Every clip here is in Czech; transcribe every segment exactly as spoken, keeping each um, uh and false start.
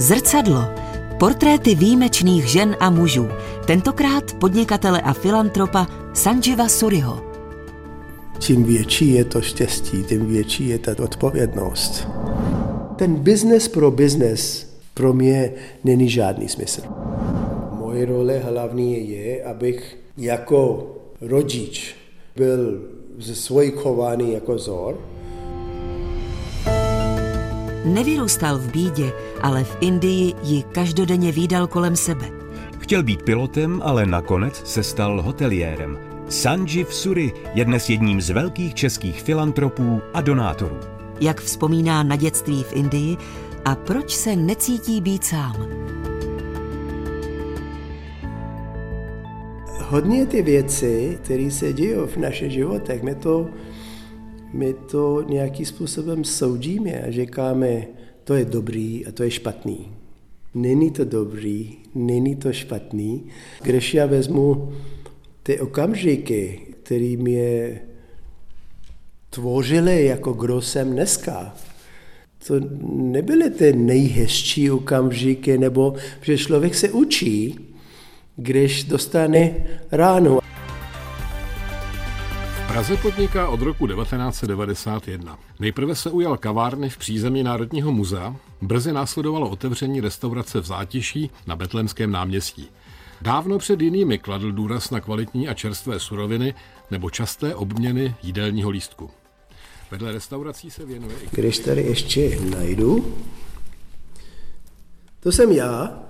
Zrcadlo. Portréty výjimečných žen a mužů. Tentokrát podnikatele a filantropa Sanjeeva Suriho. Čím větší je to štěstí, tím větší je ta odpovědnost. Ten biznes pro biznes pro mě není žádný smysl. Moje role hlavní je, abych jako rodič byl ze svojí chování jako vzor. Nevyrůstal v bídě, ale v Indii ji každodenně vídal kolem sebe. Chtěl být pilotem, ale nakonec se stal hoteliérem. Sanjeev Suri je dnes jedním z velkých českých filantropů a donátorů. Jak vzpomíná na dětství v Indii a proč se necítí být sám. Hodně ty věci, které se dějí v našich životech, my to, my to nějakým způsobem soudíme a říkáme, to je dobrý a to je špatný. Není to dobrý, není to špatný. Když já vezmu ty okamžiky, které mě tvořily jako kdo jsem dneska, to nebyly ty nejhezčí okamžiky, nebo že člověk se učí, když dostane ránu. V Praze podniká od roku devatenáct set devadesát jedna. Nejprve se ujal kavárny v přízemí Národního muzea, brzy následovalo otevření restaurace v Zátiší na Betlémském náměstí. Dávno před jinými kladl důraz na kvalitní a čerstvé suroviny nebo časté obměny jídelního lístku. Vedle restaurací se věnuje i... Když tady ještě najdu, to jsem já,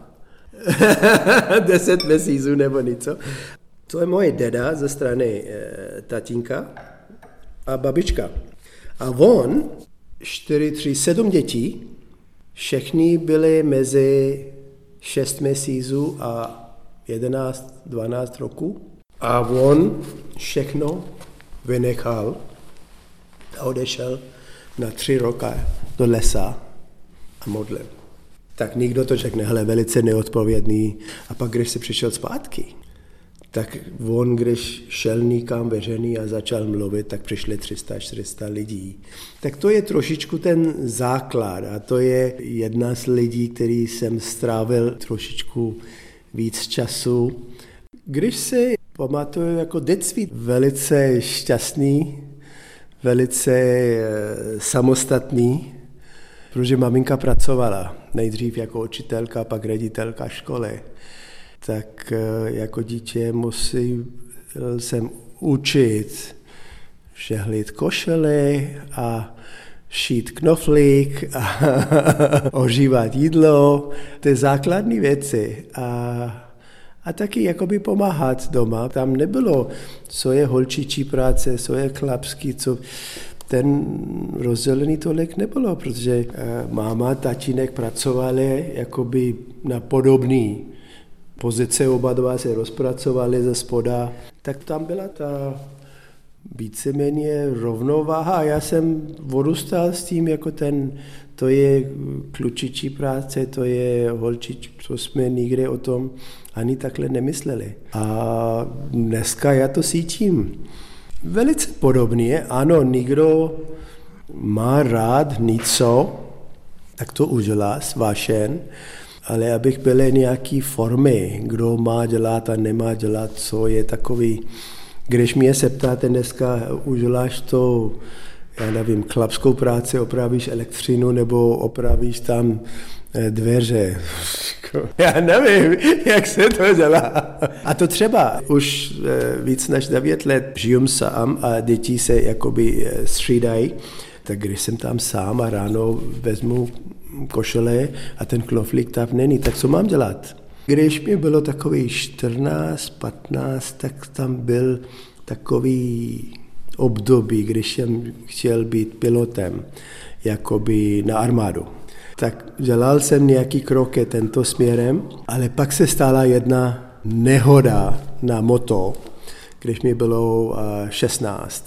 deset měsíců nebo něco. To je moje deda ze strany e, tatínka a babička. A on, čtyři, tři, sedm dětí, všechny byly mezi šest měsíců a jedenáct, dvanáct roků. A on všechno vynechal a odešel na tři roky do lesa a modlil. Tak nikdo to řekne, hele, velice neodpovědný. A pak, když se přišel zpátky, tak on, když šel někam veřejný a začal mluvit, tak přišli tři sta čtyři sta lidí. Tak to je trošičku ten základ a to je jedna z lidí, který jsem strávil trošičku víc času. Když se pamatuju jako dětství, velice šťastný, velice e, samostatný, protože maminka pracovala nejdřív jako učitelka, pak ředitelka školy. Tak e, jako dítě musel jsem učit žehlit košely a šít knoflík a ožívat jídlo, ty základní věci. A A taky jakoby pomáhat doma. Tam nebylo, co je holčičí práce, co je chlapský, co ten rozdělený tolik nebylo, protože máma, tatínek pracovali jakoby na podobný pozice, oba dva se rozpracovali ze spoda. Tak tam byla ta víceméně rovnováha a já jsem odrůstal s tím, jako ten, to je klučičí práce, to je holčič, co jsme nikdy o tom ani takhle nemysleli. A dneska já to cítím velice podobně. Ano, někdo má rád něco, tak to udělá, svášen, ale abych byl nějaký formy, kdo má dělat a nemá dělat, co je takový. Když mě se ptáte dneska, uděláš to, já nevím, chlapskou práci, opravíš elektřinu nebo opravíš tam dveře. Já nevím, jak se to dělá. A to třeba už víc než devět let žiju sám a děti se jakoby střídají. Tak když jsem tam sám a ráno vezmu košele a ten knoflík tam není, tak co mám dělat? Když mi bylo takový čtrnáct, patnáct, tak tam byl takový období, když jsem chtěl být pilotem, jakoby na armádu. Tak dělal jsem nějaký kroky tento směrem, ale pak se stala jedna nehoda na moto, když mi bylo šestnáct.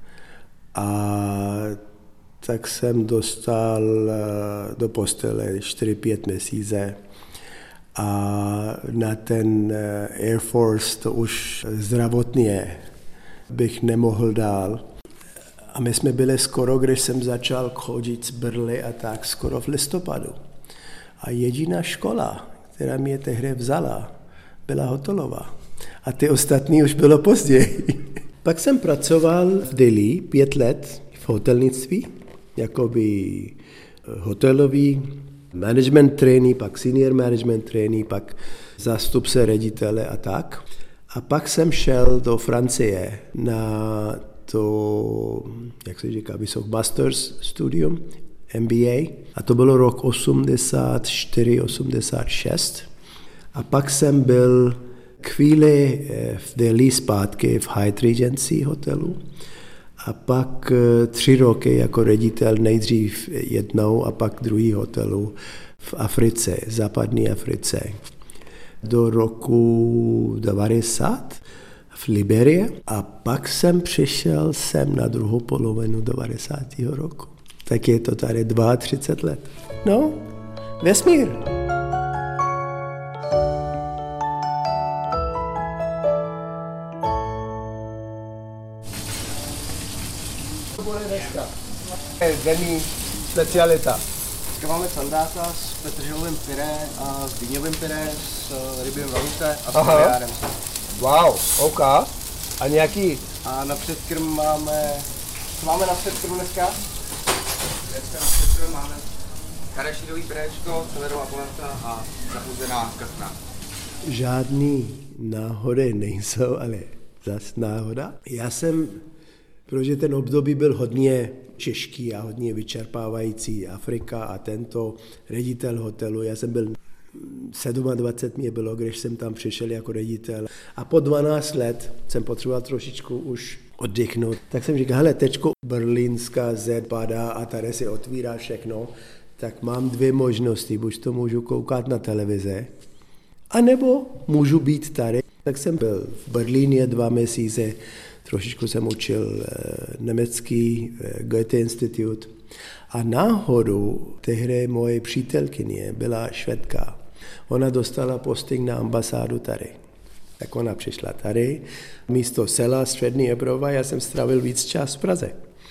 A tak jsem dostal do postele čtyři pět měsíce. A na ten Air Force to už zdravotně bych nemohl dál. A my jsme byli skoro, když jsem začal chodit z Brly a tak, skoro v listopadu. A jediná škola, která mě tehdy vzala, byla hotelová. A ty ostatní už bylo později. Pak jsem pracoval v Delhi pět let v hotelnictví, jakoby hotelový management trainee, pak senior management trainee, pak zástupce ředitele a tak. A pak jsem šel do Francie na to, jak se říká, vysoké masters studium, M B A. A to bylo rok osmdesát čtyři osmdesát šest. A pak jsem byl chvíli v Delhi zpátky v Hyatt Regency hotelu. A pak tři roky jako ředitel nejdřív jednou a pak druhý hotelu v Africe, západní Africe. Do roku devadesát v Liberii a pak jsem přišel sem na druhou polovinu devadesátého roku. Tak je to tady třicet dva let. No, vesmír. To bude dneska. Denní specialita. Dneska máme sandása s petrželovým pyré a s dýňovým pyré, s rybím velute a s kaviárem. Wow, OK. A nějaký? A na předkrm máme... Co máme na předkrm dneska? Dneska na předkrm máme karešidový pyréčko, celerová polenta a zachuzená kachna. Žádný náhody nejsou, ale zas náhoda. Já jsem, protože ten období byl hodně těžký a hodně vyčerpávající, Afrika a tento ředitel hotelu, já jsem byl dvacet sedm mě bylo, když jsem tam přišel jako ředitel. A po dvanáct let jsem potřeboval trošičku už oddychnout. Tak jsem říkal, hele, tečko, berlínská Z padá a tady se otvírá všechno, tak mám dvě možnosti, buď to můžu koukat na televize, anebo můžu být tady. Tak jsem byl v Berlíně dva měsíce, trošičku jsem učil německý Goethe Institut. A náhodou tehdy moje přítelkyně byla Švédka. Ona dostala posting na ambasádu tady. Tak ona přišla tady. Místo sela střední Evropa, já jsem strávil víc čas v Praze.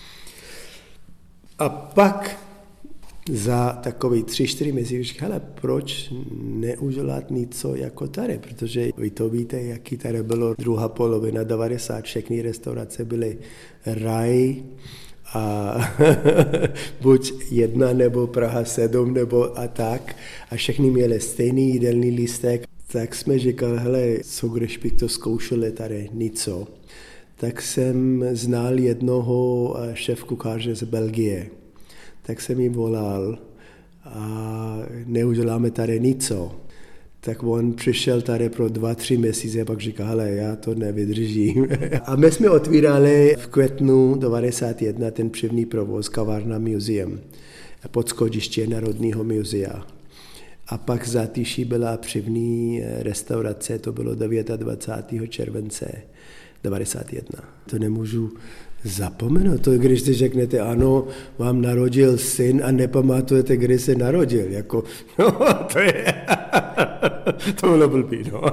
A pak za takový tři, čtyři měsíce říkala, hele, proč neudělat něco jako tady, protože vy to víte, jaký tady bylo druhá polovina devadesát, všechny restaurace byly raj, a buď jedna nebo Praha sedm nebo a tak a všechny měli stejný jídelný lístek, tak jsme říkali, hele, co když bych to zkoušeli tady něco. Tak jsem znal jednoho šéfkuchaře z Belgie, tak jsem jim volal a neuděláme tady něco. Tak on přišel tady pro dva, tři měsíce a pak říká, hele, já to nevydržím. A my jsme otvírali v květnu devadesát jedna ten první provoz Kavárna Museum pod schodiště Národního muzea. A pak za Týší byla první restaurace, to bylo dvacátého devátého července devadesát jedna. To nemůžu zapomenout. To, když si řeknete, ano, vám narodil syn a nepamatujete, kdy se narodil. Jako, no, to je... to bylo blbý, no.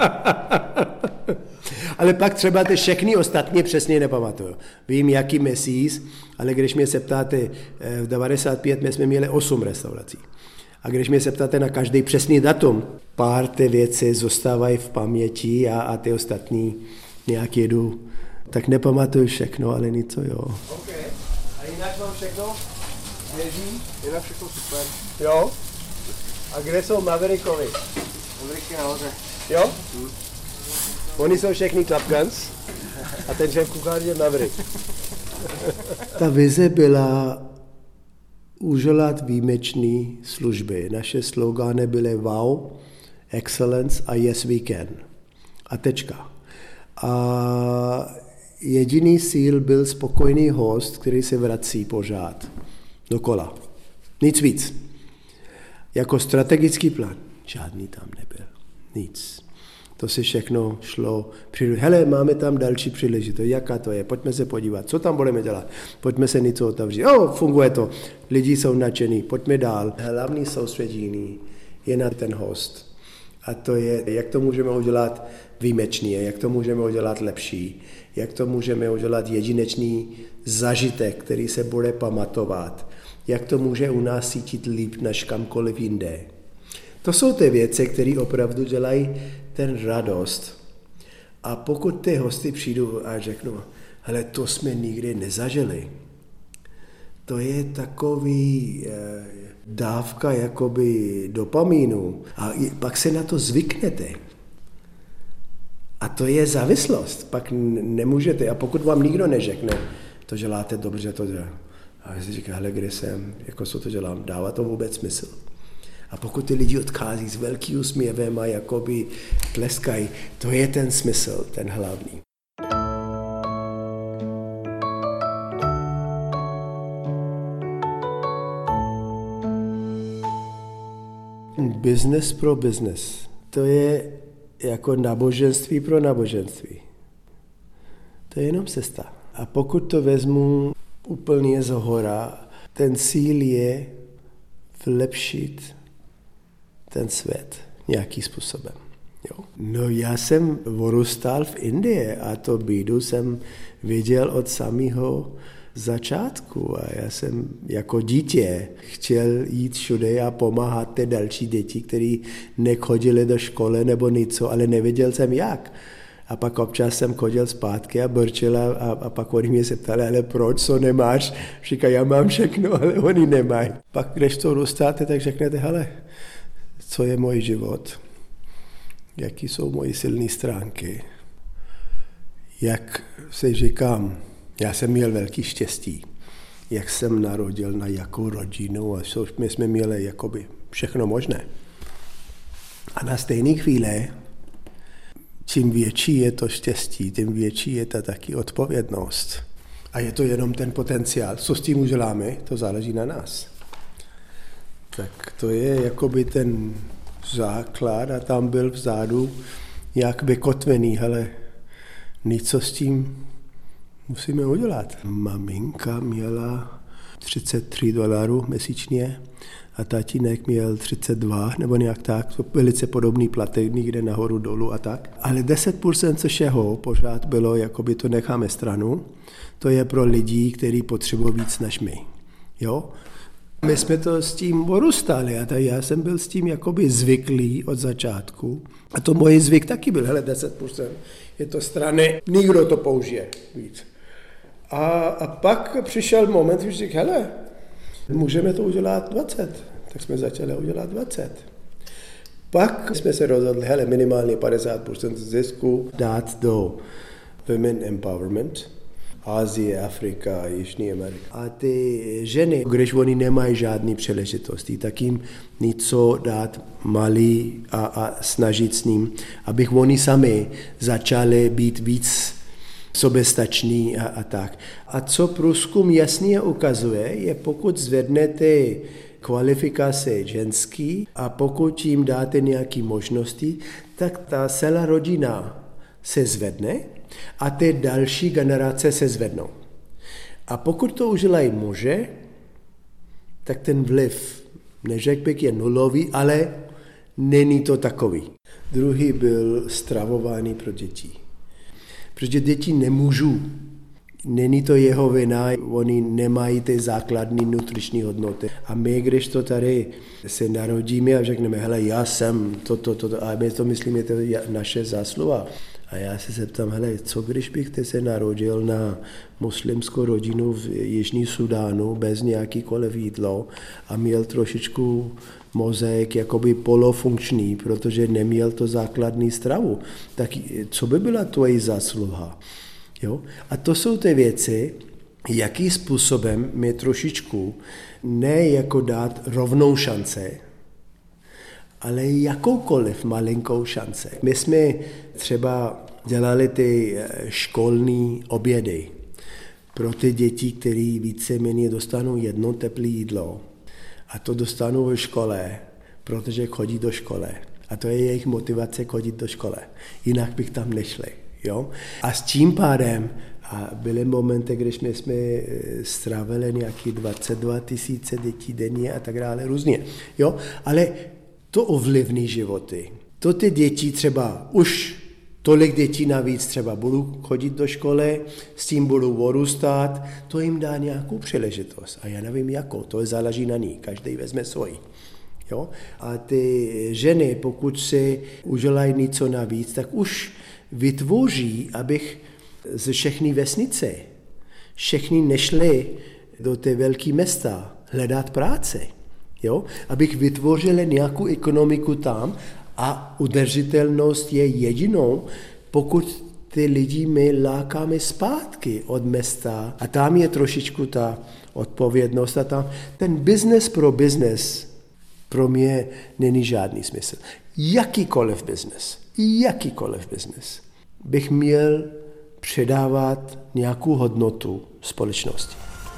Ale pak třeba ty všechny ostatní přesně nepamatuju. Vím, jaký měsíc, ale když mě se ptáte, v devadesát pět my jsme měli osm restaurací. A když mě se ptáte na každý přesný datum, pár ty věci zůstávají v paměti a, a ty ostatní nějak jedu. Tak nepamatuju všechno, ale něco jo. OK. A jinak mám všechno? Běží? Jinak všechno super. Jo? A kde jsou Maverickovi? Mavericky nahoře. Jo? Hmm. Oni jsou všechny Club Guns a ten šéf kuchař je Maverick. Ta vize byla udělat výjimečné služby. Naše slogany byly wow, excellence a yes we can. A tečka. A jediný cíl byl spokojený host, který se vrací pořád dokola. Nic víc. Jako strategický plán. Žádný tam nebyl. Nic. To si všechno šlo. Hele, máme tam další příležitost. Jaká to je? Pojďme se podívat. Co tam budeme dělat? Pojďme se něco otevřít. O, funguje to. Lidi jsou nadšení. Pojďme dál. Hlavní soustředění je na ten host. A to je, jak to můžeme udělat výjimečný, jak to můžeme udělat lepší, jak to můžeme udělat jedinečný zažitek, který se bude pamatovat, jak to může u nás cítit líp než kamkoliv jinde. To jsou ty věci, které opravdu dělají ten radost. A pokud ty hosty přijdu a řeknu, hele, to jsme nikdy nezažili, to je takový eh, dávka jakoby dopamínu a pak se na to zvyknete. A to je závislost, pak nemůžete. A pokud vám nikdo neřekne, to děláte dobře, to dělá. A vy si říkáte, hele, kde jsem, jako co to dělám, dává to vůbec smysl. A pokud ty lidi odchází s velkým úsměvem a jakoby tleskají, to je ten smysl, ten hlavní. Business pro business. To je jako náboženství pro náboženství. To je jenom cesta. A pokud to vezmu úplně zhora, ten cíl je vlepšit ten svět nějakým způsobem. Jo. No já jsem vyrůstal v Indii a to bídu jsem viděl od samého začátku a já jsem jako dítě chtěl jít všude a pomáhat ty další děti, kteří nechodili do školy nebo něco, ale nevěděl jsem jak. A pak občas jsem chodil zpátky a brčil a, a pak oni mě se ptali, ale proč, co nemáš? Říká, já mám všechno, ale oni nemají. Pak, když to růstáte, tak řeknete, hele, co je můj život? Jaký jsou moje silné stránky? Jak se říkám, já jsem měl velký štěstí, jak jsem narodil na jakou rodinu a my jsme měli jakoby všechno možné. A na stejné chvíli, čím větší je to štěstí, tím větší je ta taky odpovědnost. A je to jenom ten potenciál. Co s tím uděláme, to záleží na nás. Tak to je jakoby ten základ a tam byl vzadu jak vykotvený, hele, něco s tím musíme udělat. Maminka měla třicet tři dolarů měsíčně a tatínek měl třicet dva nebo nějak tak, to velice podobný platek, někde nahoru dolů a tak. Ale deset procent ze všeho pořád bylo, jakoby to necháme stranu, to je pro lidi, kteří potřebují víc než my. Jo? My jsme to s tím porůstali a já jsem byl s tím jakoby zvyklý od začátku. A to moje zvyk taky byl, hele, deset procent je to strany, nikdo to použije víc. A, a pak přišel moment, když říkal, hele, můžeme to udělat dvacet, tak jsme začali udělat dvacet. Pak jsme se rozhodli, hele, minimálně padesát procent zisku dát do Women Empowerment, Asie, Afrika, Jižní Amerika. A ty ženy, když oni nemají žádné příležitosti, tak jim něco dát malý a, a snažit s ním, abych oni sami začali být víc soběstační a, a tak. A co průzkum jasně ukazuje, je pokud zvednete kvalifikace ženský a pokud jim dáte nějaké možnosti, tak ta celá rodina se zvedne a ty další generace se zvednou. A pokud to udělají muže, tak ten vliv, neřekl bych, je nulový, ale není to takový. Druhý byl stravování pro děti. Protože děti nemůžou. Není to jeho vina, oni nemají ty základní nutriční hodnoty. A my, když to tady se narodíme a řekneme, hele, já jsem to, to, to, to a my to myslíme, to je naše zásluha. A já se zeptám, hele, co když bych ty se narodil na muslimskou rodinu v Jižní Sudánu bez nějakýkoliv jídlo a měl trošičku mozek jakoby polofunkční, protože neměl to základní stravu, tak co by byla tvoje zásluha? Jo? A to jsou ty věci, jakým způsobem my trošičku ne jako dát rovnou šance, ale jakoukoliv malinkou šance. My jsme třeba dělali ty školní obědy pro ty děti, které víceméně dostanou jedno teplé jídlo a to dostanou ve škole, protože chodí do školy. A to je jejich motivace chodit do školy. Jinak bych tam nešli. Jo? A s tím pádem a byly momenty, když my jsme strávili nějaký dvacet dva tisíce dětí denně a tak dále, různě. Jo? Ale to ovlivní životy. To ty děti třeba už tolik dětí navíc třeba budou chodit do školy, s tím budou vorůstat, to jim dá nějakou příležitost. A já nevím jakou, to záleží na ní, každý vezme svoji. Jo? A ty ženy, pokud si udělají něco navíc, tak už vytvoří, abych ze všechny vesnice, všechny nešly do té velké města hledat práce. Jo? Abych vytvořil nějakou ekonomiku tam a udržitelnost je jedinou, pokud ty lidi my lákáme zpátky od města a tam je trošičku ta odpovědnost a tam ten business pro business pro mě není žádný smysl. Jakýkoliv business, jakýkoliv business bych měl předávat nějakou hodnotu společnosti.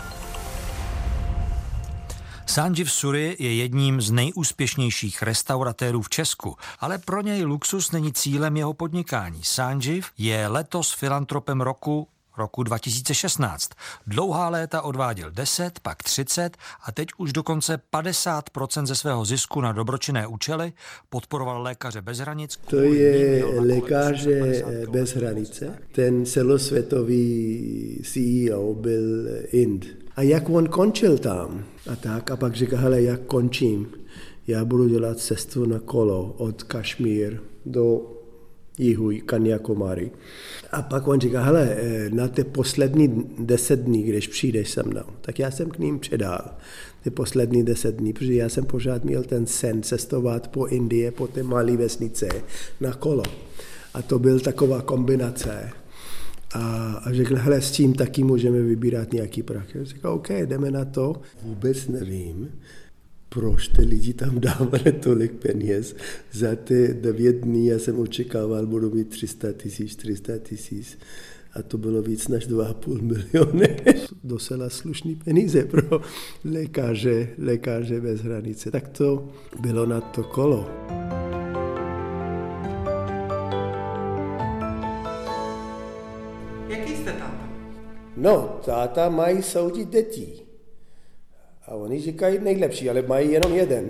Sanjeev Suri je jedním z nejúspěšnějších restauratérů v Česku, ale pro něj luxus není cílem jeho podnikání. Sanjeev je letos filantropem roku roku dva tisíce šestnáct. Dlouhá léta odváděl deset, pak třicet a teď už dokonce padesát procent ze svého zisku na dobročinné účely, podporoval Lékaře bez hranic. To je Lékaře bez hranice. Ten celosvětový C E O byl Ind. A jak on končil tam a tak, a pak říká, hele, jak končím, já budu dělat cestu na kolo od Kašmír do jihu Kanyakumari. A pak on říká, hele, na ty poslední deset dní, když přijdeš se mnou, tak já jsem k ním předal ty poslední deset dní, protože já jsem pořád měl ten sen cestovat po Indii, po té malé vesnice na kolo. A to byl taková kombinace. A, a řekl, hele, s tím taky můžeme vybírat nějaký prach. Já říkal, OK, jdeme na to. Vůbec nevím, proč ty lidi tam dávali tolik peněz. Za ty devět dní já jsem očekával, budu mít tři sta tisíc, čtyři sta tisíc. A to bylo víc než dva a půl miliony. Docela slušný peníze pro lékaře, lékaře bez hranice. Tak to bylo na to kolo. Jaký jste táta? No, táta mají soudit děti. A oni říkají nejlepší, ale mají jenom jeden.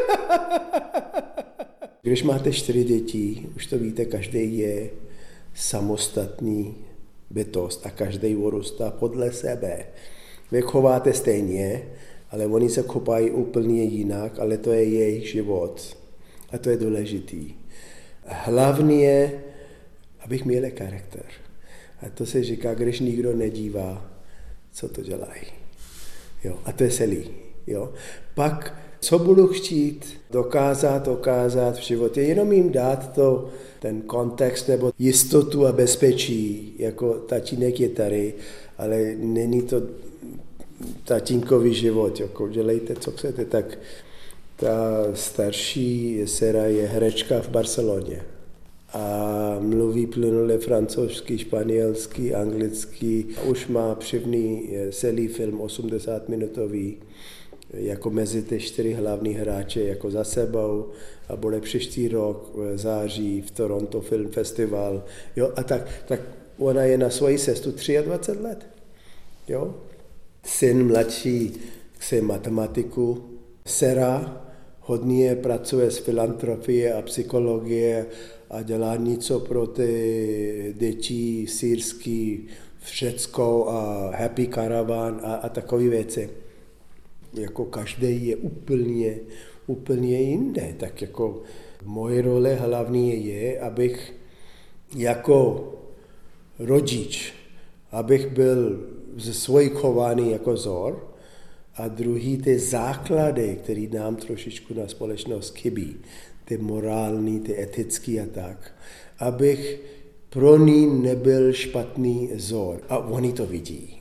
Když máte čtyři děti, už to víte, každý je samostatný bytost a každý vyrůstá podle sebe. Vy chováte stejně, ale oni se chovají úplně jinak, ale to je jejich život. A to je důležitý. Hlavně je, abych měl charakter. A to se říká, když nikdo nedívá, co to dělají. Jo, a to je celý. Jo. Pak, co budu chtít dokázat, dokázat v životě, jenom jim dát to, ten kontext nebo jistotu a bezpečí, jako tatínek je tady, ale není to tatínkový život, jako dělejte, co chcete, tak ta starší dcera je herečka v Barceloně a mluví plynule francouzsky, španělsky, anglicky. Už má přivný celý film osmdesátminutový, jako mezi ty čtyři hlavní hráče jako za sebou a bude příští rok v září v Toronto Film Festival. Jo, a tak, tak ona je na svoji cestu dvacet tři let. Jo. Syn mladší chce matematiku, dcera hodně pracuje s filantropií a psychologie a dělá něco pro ty děti syrský v Řecku a Happy Caravan a, a takové věci. Jako každý je úplně, úplně jinde. Tak jako moje role hlavní je, abych jako rodič, abych byl ze svojí chování jako vzor a druhý ty základy, které nám trošičku na společnost chybí, ty morální, ty etický a tak, abych pro ní nebyl špatný vzor. A oni to vidí.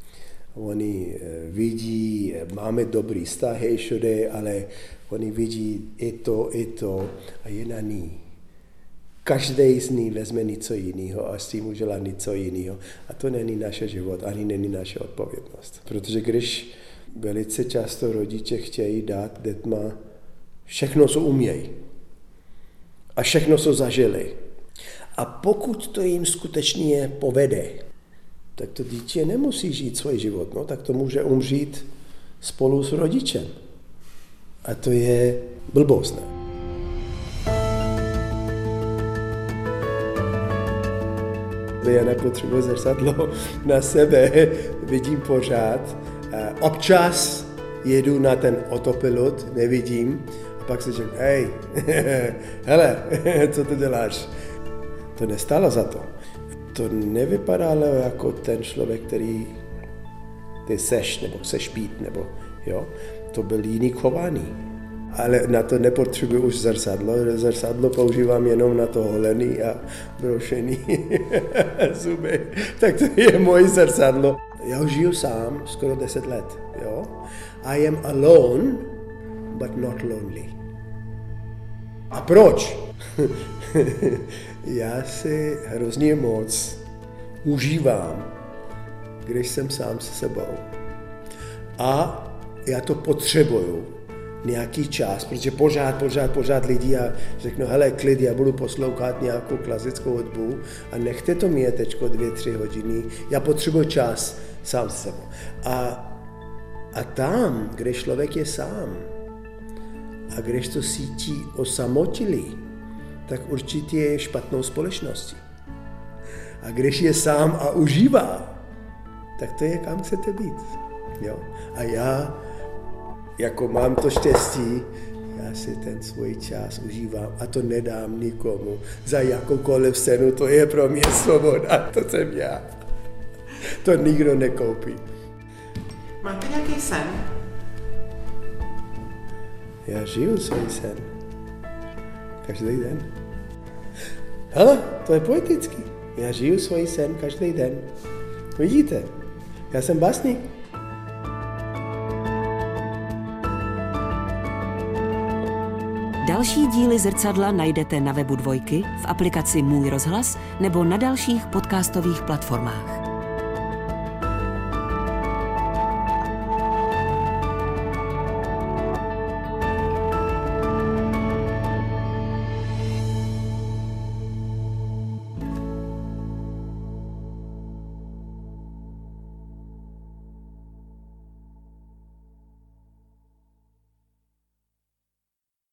Oni vidí, máme dobrý vztahy všude, ale oni vidí i to, i to a je na ní. Každý z ní vezme něco jiného a s tím udělá něco jiného. A to není náš život, ani není naše odpovědnost. Protože když velice často rodiče chtějí dát dětma všechno, co umějí. A všechno, co zažili. A pokud to jim skutečně povede, tak to dítě nemusí žít svůj život, no, tak to může umřít spolu s rodičem. A to je blbost, ne? Já nepotřebuji zrcadlo na sebe, vidím pořád. Občas jedu na ten autopilot, nevidím, Pak si řekl, hej, hele, co to děláš? To nestálo za to. To nevypadalo jako ten člověk, který ty seš, nebo chceš být, nebo jo. To byl jiný chování. Ale na to nepotřebuji už zrcadlo. Zrcadlo používám jenom na to holený a brošený zuby. Tak to je moje zrcadlo. Já žiju sám skoro deset let. Jo? I am alone, but not lonely. A proč? Já si hrozně moc užívám, když jsem sám se sebou. A já to potřebuju nějaký čas, protože pořád, pořád, pořád lidi a řeknu, hele, klid, já budu poslouchat nějakou klasickou hudbu a nechte to mě teďko dvě, tři hodiny, já potřebuji čas sám s sebou. A, a tam, kde člověk je sám a když to cítí osamotilý, tak určitě je špatnou společností. A když je sám a užívá, tak to je, kam chcete být. Jo? A já jako mám to štěstí, já si ten svůj čas užívám a to nedám nikomu. Za jakoukoliv cenu, to je pro mě svoboda, to jsem já. To nikdo nekoupí. Máte nějaký sen? Já žiju svůj sen. Každý den. Hele, to je poetický. Já žiju svůj sen každý den. Vidíte, já jsem básník. Další díly Zrcadla najdete na webu Dvojky, v aplikaci Můj rozhlas nebo na dalších podcastových platformách.